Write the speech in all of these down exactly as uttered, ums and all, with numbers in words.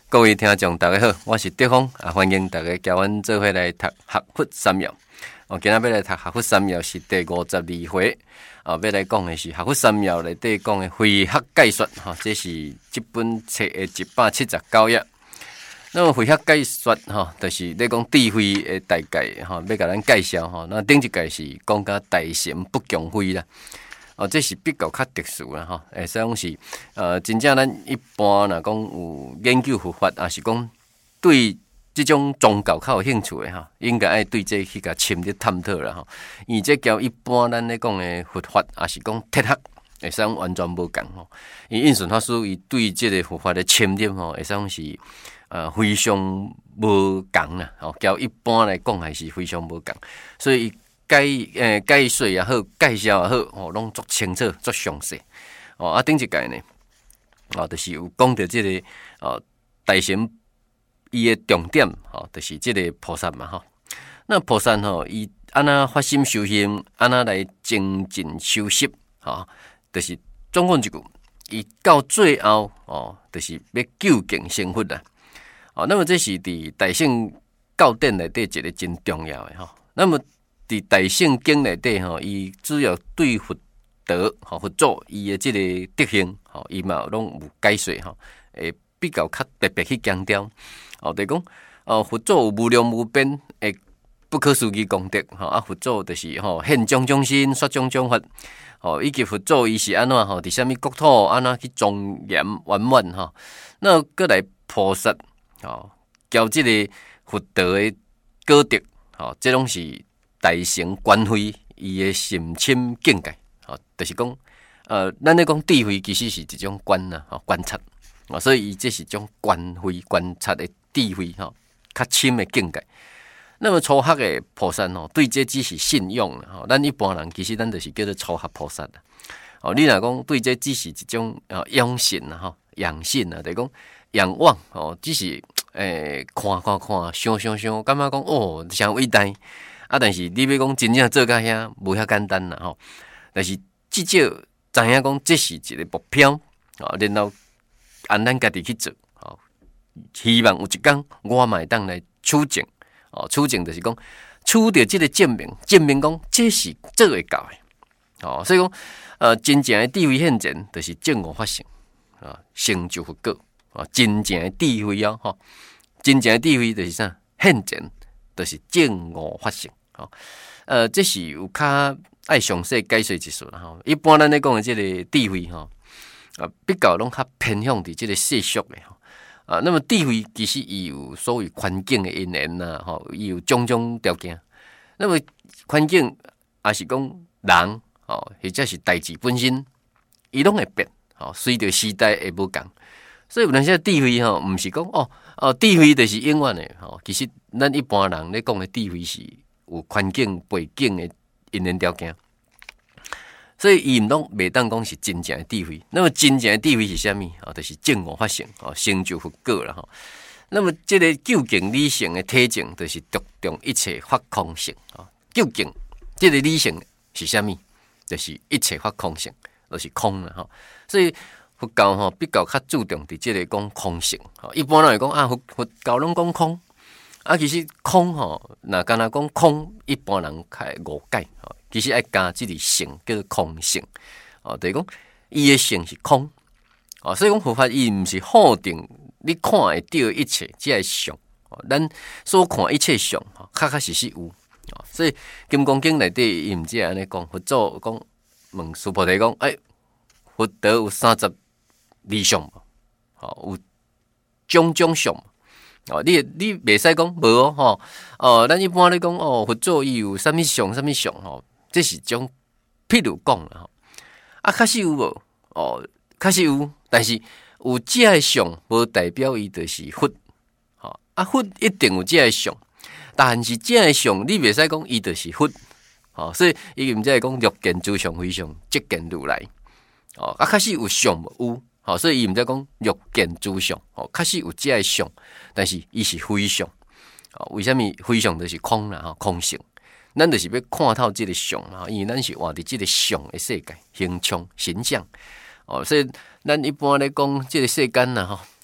各位听众，大家好，我是德峰啊，欢迎大家交阮做伙来读学佛三要。哦，今仔要来读学佛三要是第五十二回啊，要来讲的是学佛三要内底讲的慧学解说哈，这是这本册的一百七十九页。那么慧学解说哈，就是咧讲智慧的大概哈，要甲咱介绍哈。那顶一届是讲甲大乘不共慧啦。哦，这是比较较特殊啦，吼，会使讲是，呃，真正咱一般若讲有研究佛法，也是讲对这种宗教较有兴趣的吼，应该爱对这去甲深入探讨啦，吼。而这交一般咱咧讲的佛法，也是讲哲学，会使讲完全无共吼。伊印顺法师伊对这个佛法的深入吼，会使讲是呃非常无共啦，吼，交一般来讲还是非常无共，所以。解诶解说也好，介绍也好，哦，拢足清楚、足详细。哦，啊，顶一届呢，哦，就是有讲到即、這個哦大乘伊诶重点，哦，就是即個菩薩嘛，吼。那菩薩吼，伊安那發心修行，安那來精進修習，吼，就是總共一句，伊到最後，哦，就是要究竟成佛啦。哦，那麼這是佇大乘教典內底一個真重要诶，吼。那麼伫大乘經內底吼，伊主要對佛道吼佛祖伊的即個德行吼，伊嘛攏有解說吼，會比較較特別去強調。哦，就是講哦，佛祖有無量無邊誒不可思議功德吼，啊，佛祖就是吼現種種身，說種種法，吼，以及佛祖伊是安怎吼，佇啥物國土安怎去莊嚴圓滿吼，那過來菩薩吼，交即個佛道的果德吼，這攏是。大乘觀慧伊的深深境界，吼，就是講，呃，咱咧講智慧其實是一種觀啊，吼，觀察，啊，所以伊這是種觀慧觀察的智慧，吼，較深的境界。那麼初學的菩薩吼，對這只是信仰啦，吼，咱一般人其實咱就是叫做初學菩薩啦。哦，你若講對這只是一種啊仰信啊，吼，仰信啊，就是講仰望，哦，只是誒看看看，想想想，感覺講哦，真偉大。啊！但是你要講真正做到遐，無遐簡單啦吼。但是至少知影講，這是一個目標啊，然後按咱家己去做啊。希望有一天我嘛會當來取證哦，取證就是講取到這個證明，證明講這是做會到的哦。所以講呃，真正的智慧現前，就是證悟發生啊，成就佛果啊。真正的智慧啊，吼，真正的智慧就是啥？現前就是證悟發生。呃，這是有較愛詳細解說一說啦吼。一般咱咧講的這個智慧吼，啊，比較攏較偏向佇這個世俗的吼。啊，那麼智慧其實伊有所謂環境的因緣啦，吼，伊有種種條件。那麼環境也是講人吼，或者是代誌本身，伊攏會變，吼，隨着時代會無共。所以有陣時智慧吼，毋是講哦哦，智慧就是永遠的吼。其實咱一般人咧講的智慧是。有環境背景的因緣條件，所以伊毋攏袂當講是真正的智慧。那麼真正的智慧是啥物？啊，就是證悟發生，哦，成就佛果啦吼。那麼這個究竟理性的體證，就是注重一切法空性啊。究竟這個理性是啥物？就是一切法空性，就是空啦吼。所以佛教吼比較較注重佇這個講空性。一般來講啊，佛佛教攏講空。啊，其實空吼，若干若講空，一般人較誤解吼。其實愛加即個性叫做空性，哦，就是講伊的性是空，哦，所以講佛法伊毋是否定你看會到一切，只係相，哦，咱所看一切相，吼，確確實實有，哦，所以金剛經內底伊毋只安尼講，佛祖講問須菩提講，誒，佛道有三十二相，吼，有種種相。哦，你你袂使講無哦，吼哦，咱一般咧講哦，佛祖伊有啥物相啥物相吼，這是種譬如講啦吼，啊，確實有無？哦，確實有，但是有這個相，無代表伊就是佛，吼啊，佛一定有這個相，但是這個相你袂使講伊就是佛，吼，所以伊毋只係講欲見諸相非相，即見如來，哦，啊，確實有相無有。好，所以伊毋才講欲見諸相，哦，確實有這個相，但是伊是非相，哦，為什麼非相就是空啦？吼，空性，咱就是要看透這個相嘛，因為咱是活佇這個相的世界，形象形象，哦，所以咱一般咧講，這個世間啦，吼，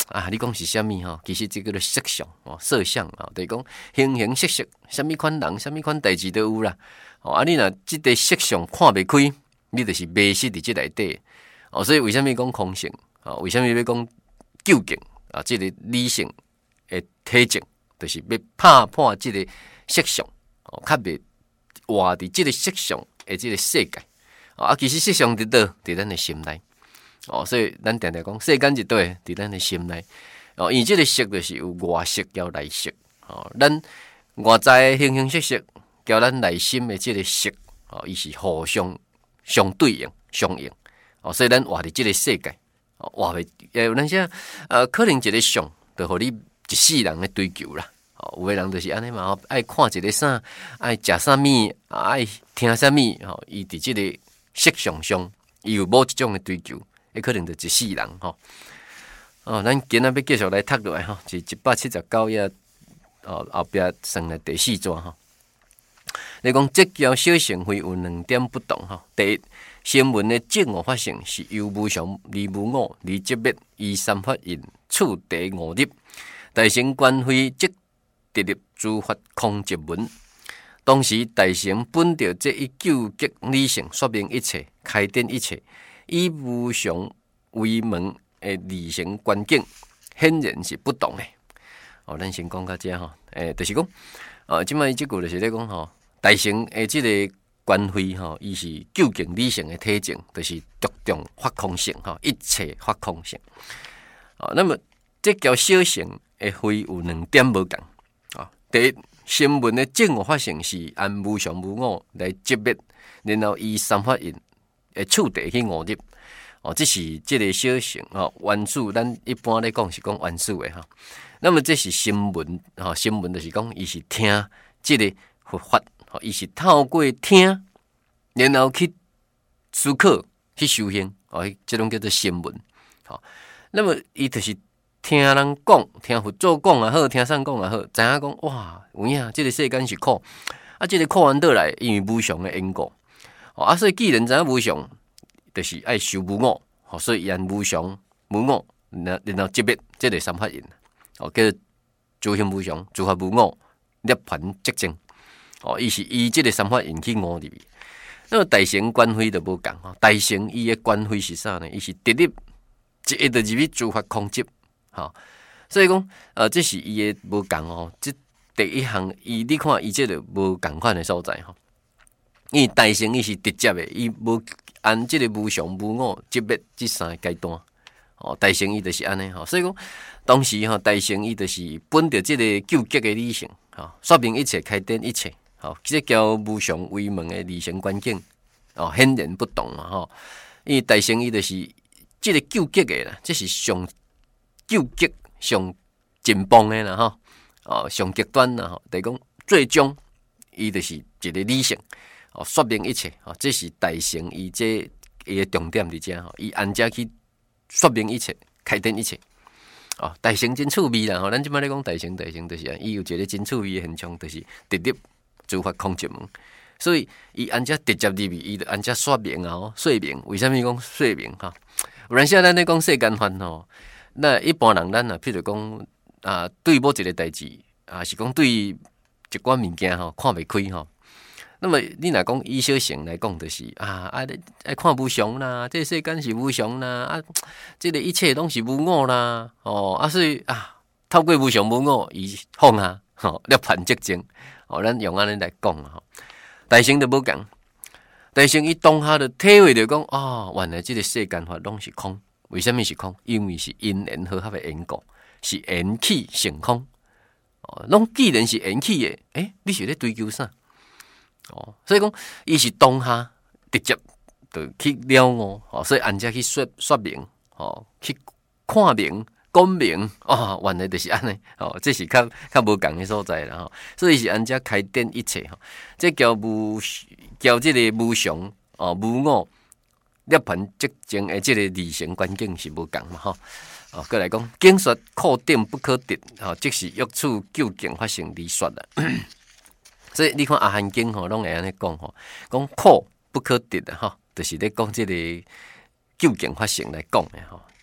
啊，你讲是啥物吼？其实这个叫色相哦，色相啊，就是讲形形色色，啥物款人，啥物款代志都有啦。哦，啊，你若即个色相看袂开，你就是迷失伫即内底。哦，所以为什么讲空性？哦，为什么要讲究竟啊？即、这个理性的体证，就是要拍破即个色相，哦，较袂活伫即个色相的即个世界。啊，其实色相伫倒伫咱的心内。哦，所以咱常常讲世间一对伫咱的心内。哦，因为即个色就是有外色交内色。哦，咱外在的形形色色交咱内心的即个色，哦，伊是互相相对应、相应。哦，所以咱活伫即个世界，哦，活袂也有咱些呃，可能一个相，就互你一世人的追求啦。哦，有的人就是安尼嘛，爱看一个啥，爱食啥物，爱听啥物，吼，伊伫即个色相上，伊有某一种的追求。也可能就一世人吼，哦，咱今仔要继续来读落来吼，是一百七十九页，哦，后壁算来第四章吼。你讲这条小乘会有两点不同吼。第一，新闻的正我发生是由无常而无我而即灭，依三法印触地五入，大乘观会即直入诸法空即文。当时大乘本着这一究极理性说明一切，开展一切。以无常为门的理性观境，显然是不同的。哦，咱先讲到这吼，诶、欸，就是讲，哦，即摆即句就是咧讲吼，大乘的即个观慧吼，伊是究竟理性的体证，就是着重法空性吼，一切法空性。哦，那么这叫小乘的慧有两点无共。啊，第一，新闻的正我发生是按无常无我来识别，然后以三法印。诶，触地去误入哦，这是这个小乘哦，原始咱一般来讲是讲原始的哈。那么这是新闻哦，新闻就是讲伊是听这个佛法哦，伊是透过听，然后去思考去修行哦，这种叫做新闻。好、哦，那么伊就是听人讲，听佛祖讲也好，听啥讲也好，知影讲哇，有影这个世间是苦，啊，这个苦完倒来，因为无常的因果。哦，啊，所以既然知影无常，就是爱修无我，哦，所以因无常无我，然然后即灭，即个三法印，哦，叫诸行无常，诸法无我，涅槃寂静，哦，伊是依即个三法印去悟入去。那么大乘观慧就无共吼，大乘伊的观慧是啥呢？伊是直入一一就入去诸法空寂，吼，所以讲，呃，这是伊的无共哦。即第一项，伊你看伊即个无共款的所在吼。因为大乘伊是直接的，伊无按即个无常无我即灭即三个阶段，哦，大乘伊就是安尼吼，所以讲当时吼，大乘伊就是本着即个究极的理性，吼，说明一切，开展一切，吼，即叫无常为门的理性观境，哦，显然不同嘛，吼，因为大乘伊就是即个究极的啦，这是上究极、上紧绷的啦，吼，哦，上极端啦，吼，就是讲最终伊就是一个理性。哦，说明一切，哦，这是大乘伊这伊的重点伫遮吼，伊按遮去说明一切，开展一切。哦，大乘真趣味啦，吼，咱即摆咧讲大乘，大乘就是啊，伊有一个真趣味的现象，就是直入诸法空寂门，所以伊按遮直接入去，伊就按遮说明啊，吼，说明为什么讲说明哈？有阵时咱咧讲世间法吼，那一般人咱啊，譬如讲啊，对某一个代志啊，是讲对一寡物件吼，看袂开吼。那么你若讲以小乘来讲，就是啊，爱爱看无常啦，这世间是无常啦，啊，这个一切拢是无我啦，哦，啊，所以啊，透过无常无我，伊放下，吼，涅槃寂静，哦，咱用安尼来讲吼，大乘就无共，大乘伊当下就体会着讲，哦，原来这个世间法拢是空，为什么是空？因为是因缘和合的因果，是缘起成空，哦，拢既然是缘起的，诶、欸，你是咧追求啥？哦，所以讲，伊是当下直接就去了悟，哦，所以按遮去说说明，哦，去看明、讲明，哦，原来就是安尼，哦，这是较较无共的所在啦，吼，所以是按遮开展一切，吼，这叫无叫这个无常，哦，无我涅槃寂静的这个理性观境是无共嘛，吼，哦，过来讲，经说苦定不可得，哦，即是欲处究竟发生理说啦。所以你看阿含经吼，拢会安尼讲吼，讲苦不可得的吼，就是咧讲这个究竟发生来讲的吼。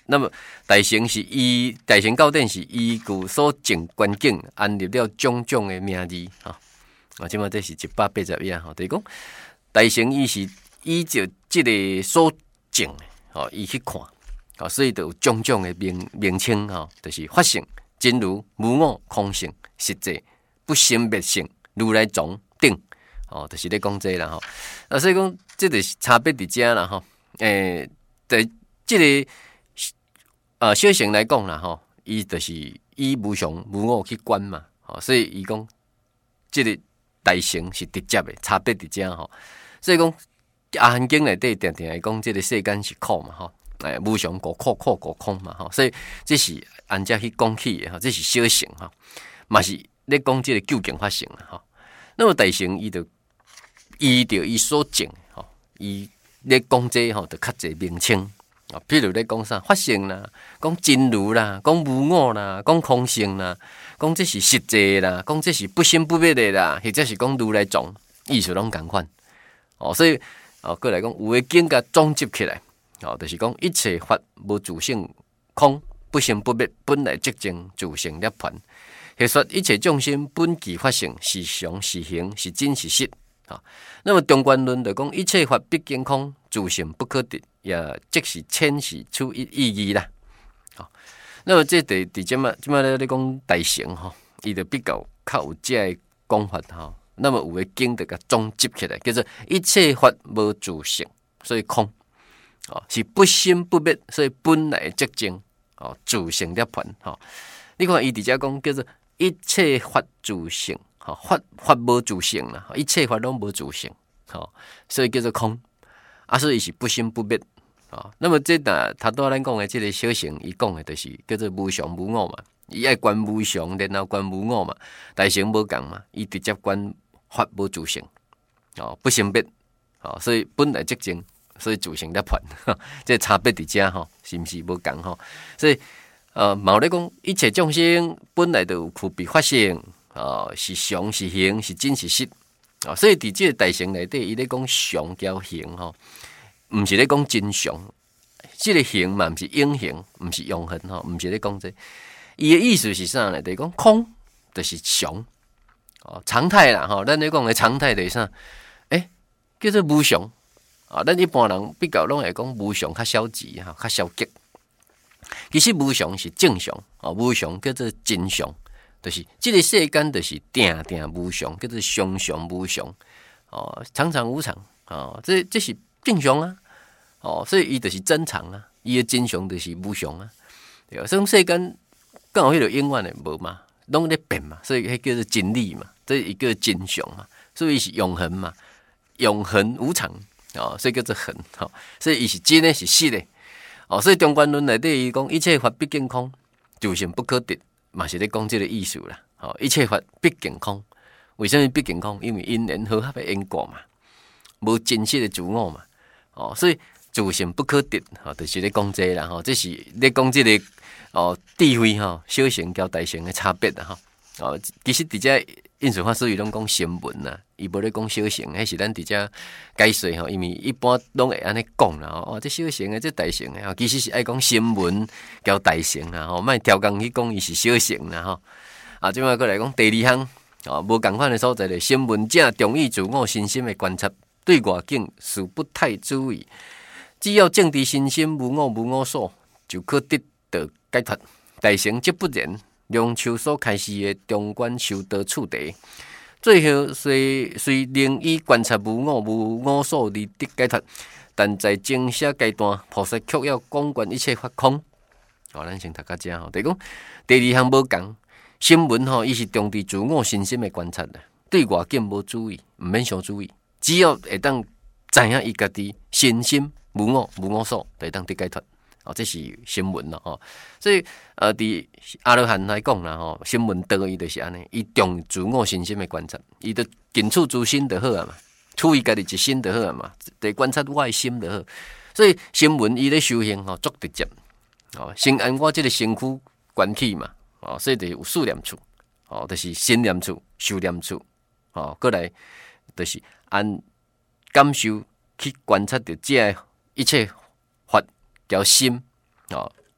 那么大乘是依大乘教典是依据所证观境安立了种种的名字哈。啊，即马这是一百八十页吼，就是讲大乘伊是依照即个所证吼，伊去看，吼，所以就有种种的名名称吼，就是法性、真如、无我、空性、实际、不生灭性、如来藏等，哦，就是咧讲这啦吼。啊，所以讲这个差别伫遮啦吼。诶，在即个呃小乘来讲啦吼，伊就是以无常、无我去观嘛，吼，所以伊讲即个。大乘是直接的差别伫遮吼，所以讲阿含经内底定定来讲，即个世间是苦嘛吼，诶无常果苦苦果空嘛吼，所以这是按遮去讲起的吼，这是小乘吼，嘛是咧讲即个究竟发生啦吼。那么大乘伊就依着伊所证吼，伊咧讲这吼，就较侪名称啊，譬如咧讲啥法性啦，讲真如啦，讲无我啦，讲空性啦。讲这是实际啦，讲这是不生不灭的啦，或者是讲如来藏，意思拢共款。哦，所以哦，过来讲有诶经甲总集起来，哦，就是讲一切法无自性空，不生不灭，本来即净，自性涅槃。或说一切众生本具法性，是常是行，是真是实。啊、哦，那么中观论就讲一切法毕竟空，自性不可得，也即是千是出意义啦。好、哦。那么这伫伫即嘛，即嘛咧咧讲大乘吼，伊就比较较有这个讲法吼。那么有诶经就甲总集起来，叫做一切法无自性，所以空，哦是不生不灭，所以本来即净，哦自性涅槃吼。你看伊伫遮讲叫做一切法自性，吼法法无自性啦，一切法拢无自性，吼所以叫做空，啊所以是不生不灭。哦，那么这呐，他拄咱讲的这个小乘，伊讲的就是叫做无常无我嘛，伊爱观无常，然后观无我嘛。大乘无共嘛，伊直接观法无自性，哦，不生灭，哦，所以本来即净，所以自性涅槃，这差别伫遮吼，是毋是无共吼？所以呃，毛咧讲一切众生本来就有具备法性，哦，是常是行是真是实，哦，所以伫这个大乘内底，伊咧讲常交行吼。毋是咧讲真常，即、這个形嘛毋是永恒，毋是永恒吼，毋是咧讲这。伊诶意思是啥呢？就是讲空，就是常，哦，常态啦吼。咱咧讲诶常态就是啥？诶、欸，叫做无常啊。咱一般人比较拢会讲无常较消极哈，较消极。其实无常是正常啊，無常叫做真常，就是即个世間就是定定無常，叫做常常無常哦，常常無常哦，这这是正常啊。哦，所以伊就是真常啊，伊的真常就是无常啊，对啊。所以世间刚好迄个永远的无嘛，拢咧变嘛，所以迄叫做真理嘛，这一个真常嘛，所以是永恒嘛，永恒无常哦，所以叫做恒哦，所以伊是真的是实的哦，所以中观论内底伊讲一切法毕竟空，自性不可得，嘛是咧讲这个意思啦。哦，一切法毕竟空，为什么毕竟空？因为因缘和合的因果嘛，无真实的自我嘛，哦，所以。自性不可得，吼，就是咧讲这啦，吼，这是咧讲这个哦智慧吼，小乘交大乘的差别啦，吼，哦，其实伫遮印顺法师伊拢讲声闻啦，伊无咧讲小乘，迄是咱伫遮解说吼，因为一般拢会安尼讲啦，哦，这小乘的，这大乘的，其实是爱讲声闻交大乘啦，吼，莫挑工去讲伊是小乘啦，吼，啊，即摆过来讲第二项，哦，无共款的所在咧，声闻者中意自我身心的观察，对外境事不太注意。只要正知心心无我无我所，就可得到解脱。大乘则不然，梁秋所开示的中观修道次第，最后虽虽仍以观察无我无我所而得解脱，但在正写阶段，菩萨却要广观一切法空。哦，咱先读到这吼，就是讲第二项无共，声闻吼，伊是重视自我身心的观察的，对外境无注意，毋免伤注意，只要会当知影伊家己身心。无我无我所，就当得解脱哦，这是声闻咯吼。所以呃，伫阿罗汉来讲啦吼，声闻道伊就是安尼，伊重自我身心的观察，伊就近处自心就好啊嘛，处于家己一心就好啊嘛，得观察我的心就好。所以声闻伊咧修行吼，足直接哦，先按我这个身躯关起嘛，哦，所以就有四念处，哦，就是心念处、修念处，哦，过来就是按感受去观察到这个。一切法交心哦，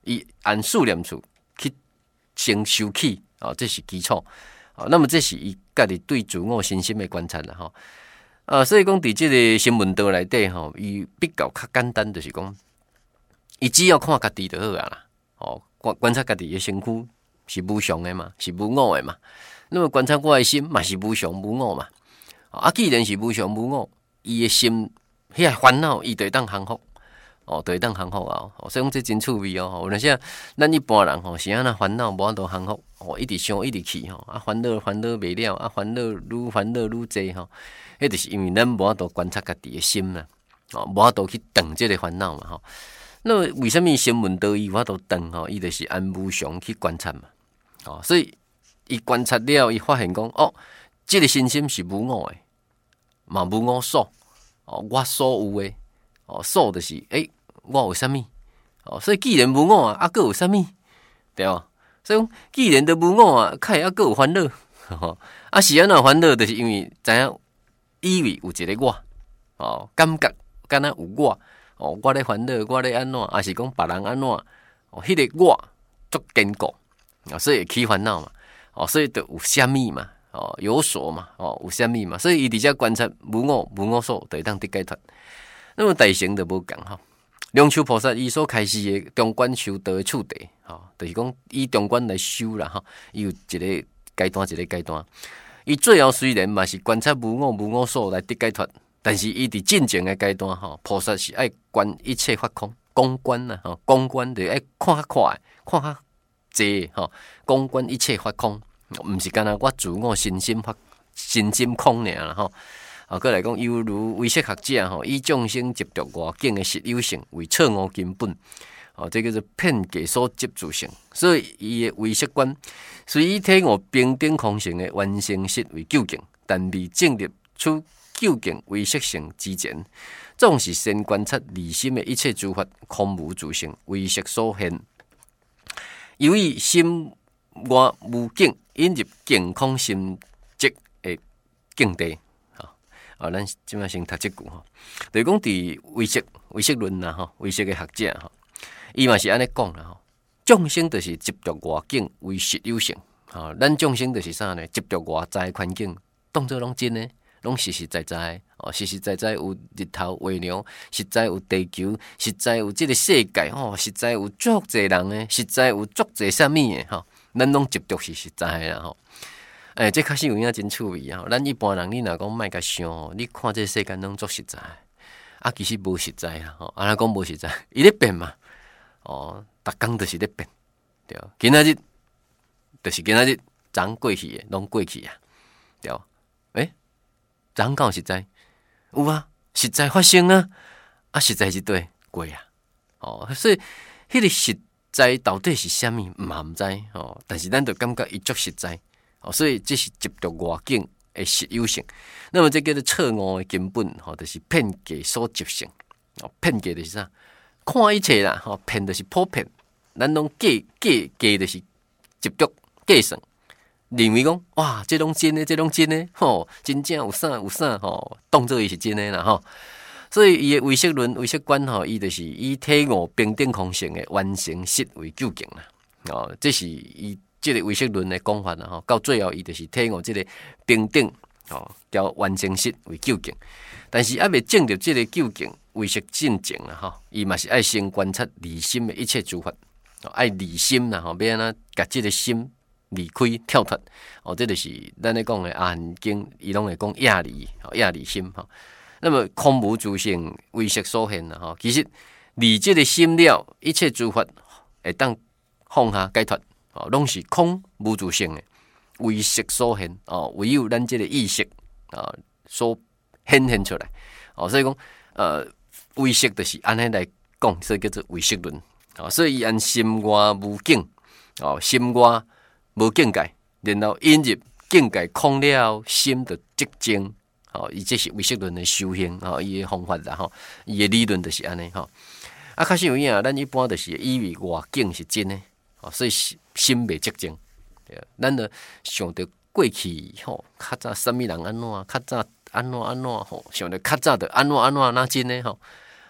伊按数念处去先收起哦，这是基础哦。那么这是伊家己对自我信心的观察啦吼。啊，所以讲伫即个新闻道内底吼，伊比较较简单，就是讲，伊只要看家己就好啊啦。哦，观观察家己的身躯是无常的嘛，是无我的嘛。那么观察我的心嘛是无常无我嘛。啊，既然是无常无我，伊的心遐烦恼，伊就会当降服。哦，就会当降服啊！哦，所以讲这真趣味哦。有阵时咱一般人吼是安那烦恼无法度降服，哦，一直想一直去吼，啊烦恼烦恼袂了，啊烦恼愈烦恼愈济吼，迄就是因为咱无法度观察家己的心啦，哦，无法度去断这个烦恼嘛吼。那么为什么新闻道伊无法度断吼？伊就是按无常去观察嘛，哦，所以伊观察了，伊发现讲哦，这个身心是无我的，嘛无我所，哦，我所有的。哦，所就是诶、欸，我有啥物？哦，所以既然无我啊，啊，佫有啥物？对吧？所以讲，既然都无我啊，开啊，佫有烦恼。啊，是安怎烦恼？就是因为知影以为有一个我，哦，感觉敢若有我，哦，我咧烦恼，我咧安怎？啊，是讲别人安怎？哦，迄、那个我足坚固，啊，所以会起烦恼嘛。哦，所以就有啥物嘛？哦，有所嘛？哦，有啥物嘛？所以伊伫遮观察无我，无我所，就会当得解脱。那么大乘就无共吼，龙树菩萨伊所开示的中观修道的处地，吼，就是讲以中观来修啦，吼，伊有一个阶段一个阶段。伊最后虽然嘛是观察无我无我所来得解脱，但是伊伫进前的阶段，吼，菩萨是爱观一切法空，公观啦，吼，公观就爱看较快，看较济，吼，公观一切法空，毋是干那我自我身心法身心空尔啦，吼。啊，过来讲，犹如唯识学者吼，以众生执着外境的实有性为错误根本，哦，这叫做骗假所执著性。所以，伊的唯识观虽以体我平等空性的完成实为究竟，但未建立出究竟唯识性之前，总是先观察离心的一切诸法空无自性，唯识所现。由于心外无境，引入境空心即的境地。啊，咱即摆先读即句吼，就是讲伫唯识唯识论啦吼，唯识嘅学者吼，伊嘛是安尼讲啦吼。众生就是执着外境为实有性，吼，咱众生就是啥呢？执着外在环境，当作拢真诶，拢实实在在，哦，实实在在有日头、月亮，实在有地球，实在有即个世界，吼，实在有足侪人诶，实在有足侪啥物诶，吼，咱拢执着是实在诶啦吼。诶、欸，这确实有影真趣味啊！咱一般人，你若讲莫甲想，你看这世间拢足实在，啊，其实无实在啦。吼，安尼讲无实在，伊咧变嘛。哦，逐工就是咧变，对。今仔日就是今仔日，昨过去诶，拢过去啊，对。诶、欸，昨敢有实在？有啊，实在发生啊，啊，实在是对过啊。哦，所以迄个实在到底是啥物，嘛毋知哦。但是咱就感觉伊足实在。哦，所以这是执着外境的实有性，那么这叫做错误的根本，吼，就是骗假所执性。哦，骗假就是啥？看一切啦，吼，骗就是普骗，咱拢假假假就是执着假算，认为讲哇，这拢真的，这拢真的，吼，真正有啥有啥，吼，当做伊是真的啦，吼。所以伊的唯识论、唯识观，吼，伊就是以体悟平等空性的完成实为究竟啦。哦，这是伊。这个唯识论的讲法啦，吼，到最后伊就是体悟这个平等，吼，叫完成实为究竟。但是还未证得这个究竟唯识进前啦，吼，伊嘛是爱先观察离心的一切诸法，爱离心啦，吼，要安怎甲这个心离开跳脱，哦，这就是咱咧讲的阿含经，伊拢会讲亚离，亚离心，吼。那么空无自性，唯识所现啦，吼，其实离这个心了，一切诸法会当放下解脱。哦，拢是空无自性的，唯识所现哦，唯有咱这个意识啊所显现出来哦，所以讲呃，唯识就是安尼来讲，所以叫做唯识论哦，所以伊按心外无境哦，心外无境界，然后引入境界空了，心就寂静哦，伊这是唯识论的修行哦，伊的方法啦吼，伊的理论就是安尼吼。啊，确实有影，咱一般就是以为外境是真的。所以心未寂静，咱就想着过去吼，较早什么人安怎，较早安怎安怎吼，想着较早着安怎安怎那真诶吼，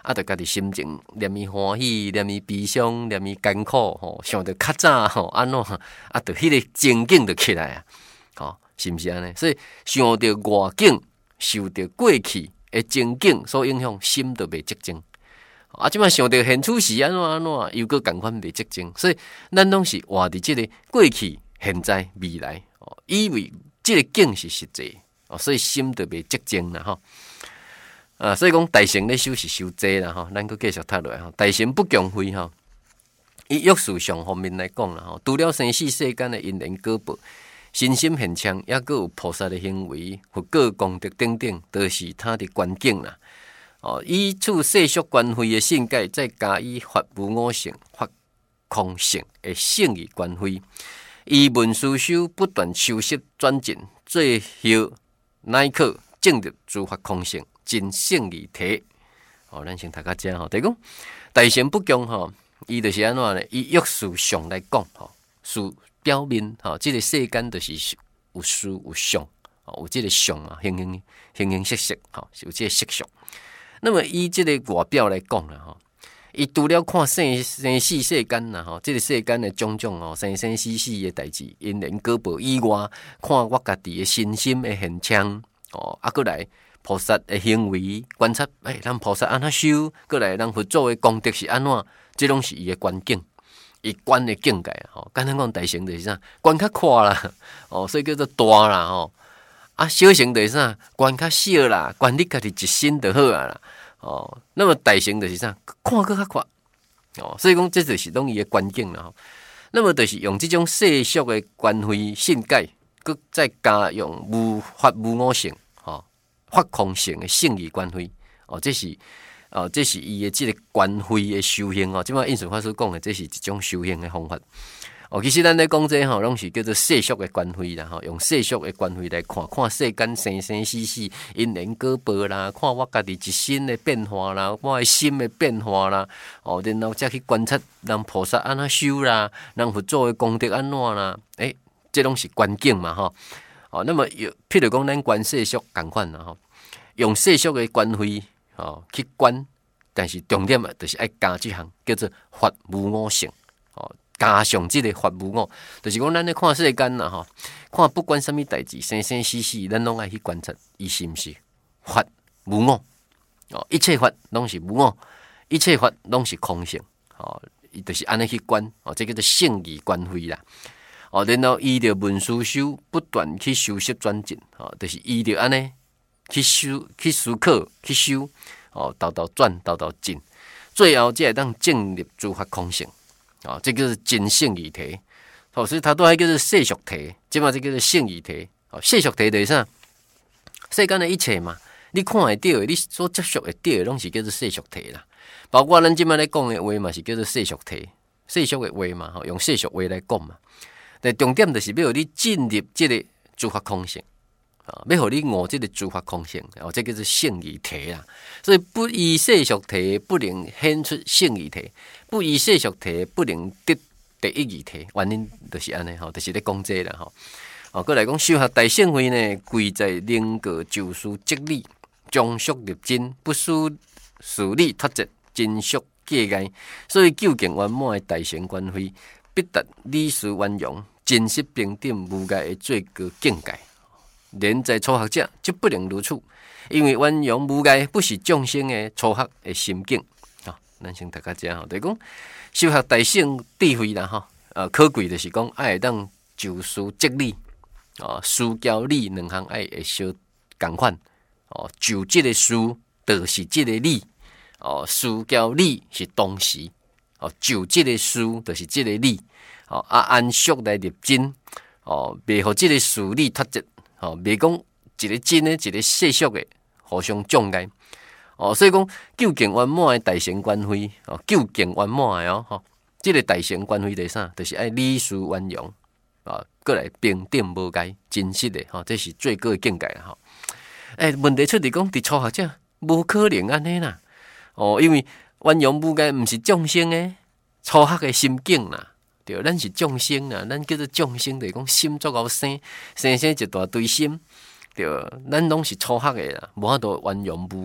啊，着家己心情念伊欢喜，念伊悲伤，念伊艰苦吼，想着较早吼安怎啊，着迄个情景着起来啊，吼，是毋是安尼？所以想着外境，受着过去的情景所影响，心着袂寂静。啊，即摆想着现处时安怎安怎，又搁共款袂寂静。所以咱拢是活伫即个过去、现在、未来，哦，以为即个境是实际，哦，所以心着袂寂静啦吼。啊，所以讲大乘咧修是修这啦吼，咱搁继续读落来吼。大乘不共慧吼，以欲事上方面来讲啦吼，除了生死世间的因缘果报、身心现象，也搁有菩萨的行为、佛果功德等等，都是他的关键啦。哦，以处世俗关慧的性界，再加以法无我性、法空性的性义关慧，以文思修不断修习转进，最后乃可证入诸法空性。真性义体，哦，咱先读到这吼。第讲大乘不共吼，伊就是安怎呢？以欲事上来讲吼，事表面吼，即、这个世间就是有事有相，哦，有即个相啊，形形形形色色，吼，有即个色相。那么以即个外表来讲啦，吼，伊除了看生生死世间啦，吼，即、这个世间的种种哦，生生死死的代志，因缘果报以外，看我家己的身心的现象，哦，啊，过来。菩萨的行为观察，诶、欸，咱菩萨安怎修，过来咱佛祖的功德是安怎，这拢是伊的关境，伊观的境界吼。简单讲，大乘就是啥，观较宽啦，哦，所以叫做大啦吼。啊，小乘就是啥，观较小啦，观你家己一心就好啊啦。哦，那么大乘就是啥，看个较宽，哦，所以讲这就是拢伊的关境啦。那么就是用这种世俗的关慧性界，佮再加用无法无我性。法空性的性义关慧，哦，这是哦，这是伊的这个关慧的修行哦。即摆印顺法师讲的，这是一种修行的方法。哦，其实咱咧讲这吼，拢是叫做世俗的关慧啦，吼，用世俗的关慧来看，看世间生生死死、因缘果报啦，看我家己一身的变化啦，我的心的变化啦，哦，然后再去观察咱菩萨安怎修啦，咱佛祖的功德安怎啦，诶、欸，这拢是关键嘛，吼。哦，那么有，譬如讲咱观世俗共款啦，吼。用世俗的关慧哦去观，但是重点啊，就是爱加这项叫做法无我性哦，加上这个法无我，就是讲咱咧看世间啦吼，看不管什么代志，生生死死，咱拢爱去观察，伊是毋是法无我哦，一切法拢是无我，一切法拢是空性哦，伊就是安尼去观哦，这叫做性义关慧啦。哦，然后依着文思修，不断去修习转进哦，就是依着安尼。去修、去思考、去修，哦，倒倒转、倒倒进，最后才会当进入诸法空性，哦，这个是真性义体，哦，所以它都还叫做世俗体，即嘛这叫做性义体，哦，世俗体就是啥？世间的一切嘛，你看会到的，你所接触会到的，拢是叫做世俗体啦。包括咱即嘛咧讲的话嘛，是叫做世俗体，世俗的话嘛，吼，用世俗话来讲嘛。但重点就是要你进入这个诸法空性。啊，要互你悟这个诸法空性，哦，这个是性义体啦。所以不依世俗体，不能显出性义体；不依世俗体，不能得第一义体。原因就是安尼吼，就是咧讲这啦吼。哦，过来讲修学大乘慧呢，贵在能够就事即理，将俗入真，不输事理脱节，真俗界外。所以究竟圆满的大乘观慧，必达理事圆融、真实平等无碍的最高境界。连在初学者就不能如此，因为圆融无碍不是众生的初学的心境。啊、哦，咱先读到这吼，就是讲修学大乘智慧啦，吼，呃，可贵就是讲爱会当就事即理，哦，事交理两项爱会相共款，哦，就即个事就是即个理，哦，事交理是当时，哦，就即个事就是即个理，哦，啊，按俗来入真，哦，袂互即个事理脱节。哦，袂讲一个真的，一个世俗的，互相障碍。哦，所以讲究竟圆满的大乘观慧，哦，究竟圆满的哦，吼，这个大乘观慧是啥？就是爱理事圆融，啊，过来平等无碍，真实的，吼，这是最高的境界啦，吼。诶、欸，问题出伫讲，伫初学者无可能安尼啦，哦，因为圆融无碍，毋是众生的初学的心境啦。对，咱是众生啊，咱叫做众生，就是讲心足够生，生生一大堆心。对，咱拢是初学的啦，无法度圆融无碍，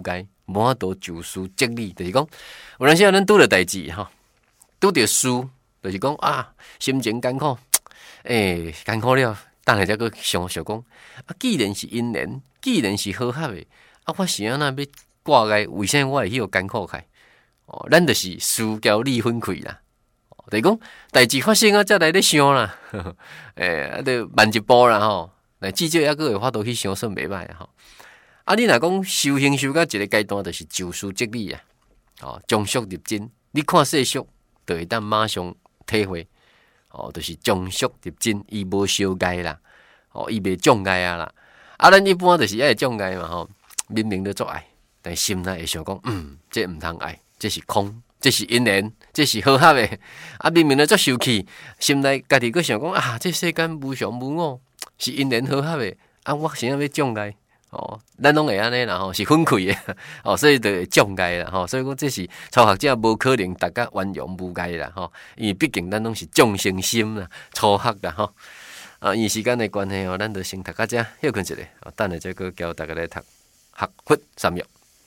无法度就事责理，就是讲有阵时啊，咱拄着代志吼，拄着事，就是讲啊，心情艰苦，诶、欸，艰苦了，等下才个想想讲，啊，既然是因缘，既然是好合的，啊，我是安那要挂碍，为啥我会迄个艰苦开？哦，咱就是事交理分开啦。就是讲代志发生啊，才来咧想啦，诶、欸，啊，得慢一步啦吼。来，至少还佫有法度去想算袂歹啊吼。啊，你若讲修行修到一个阶段，就是就事责理啊，哦，将俗入真。你看世俗，就会当马上体会，哦，就是将俗入真，伊无相碍啦，哦，伊袂障碍啊啦。啊，咱一般就是爱障碍嘛吼，明明都做爱，但心内会想讲，嗯，这毋通爱，这是空。这是因缘，这是好合的。啊，明明咧作受气，心内家己佫想讲啊，这世间无常无我，是因缘好合的。啊，我想要障碍，哦，咱拢会安尼啦吼，是分开的，哦，所以就会障碍啦吼。所以讲这是初学者无可能大家圆融无碍啦吼，因为毕竟咱拢是众生心啦，初学啦吼。啊，因时间的关系哦，咱就先读到这，休困一下，等下再佫教大家来读学佛三要。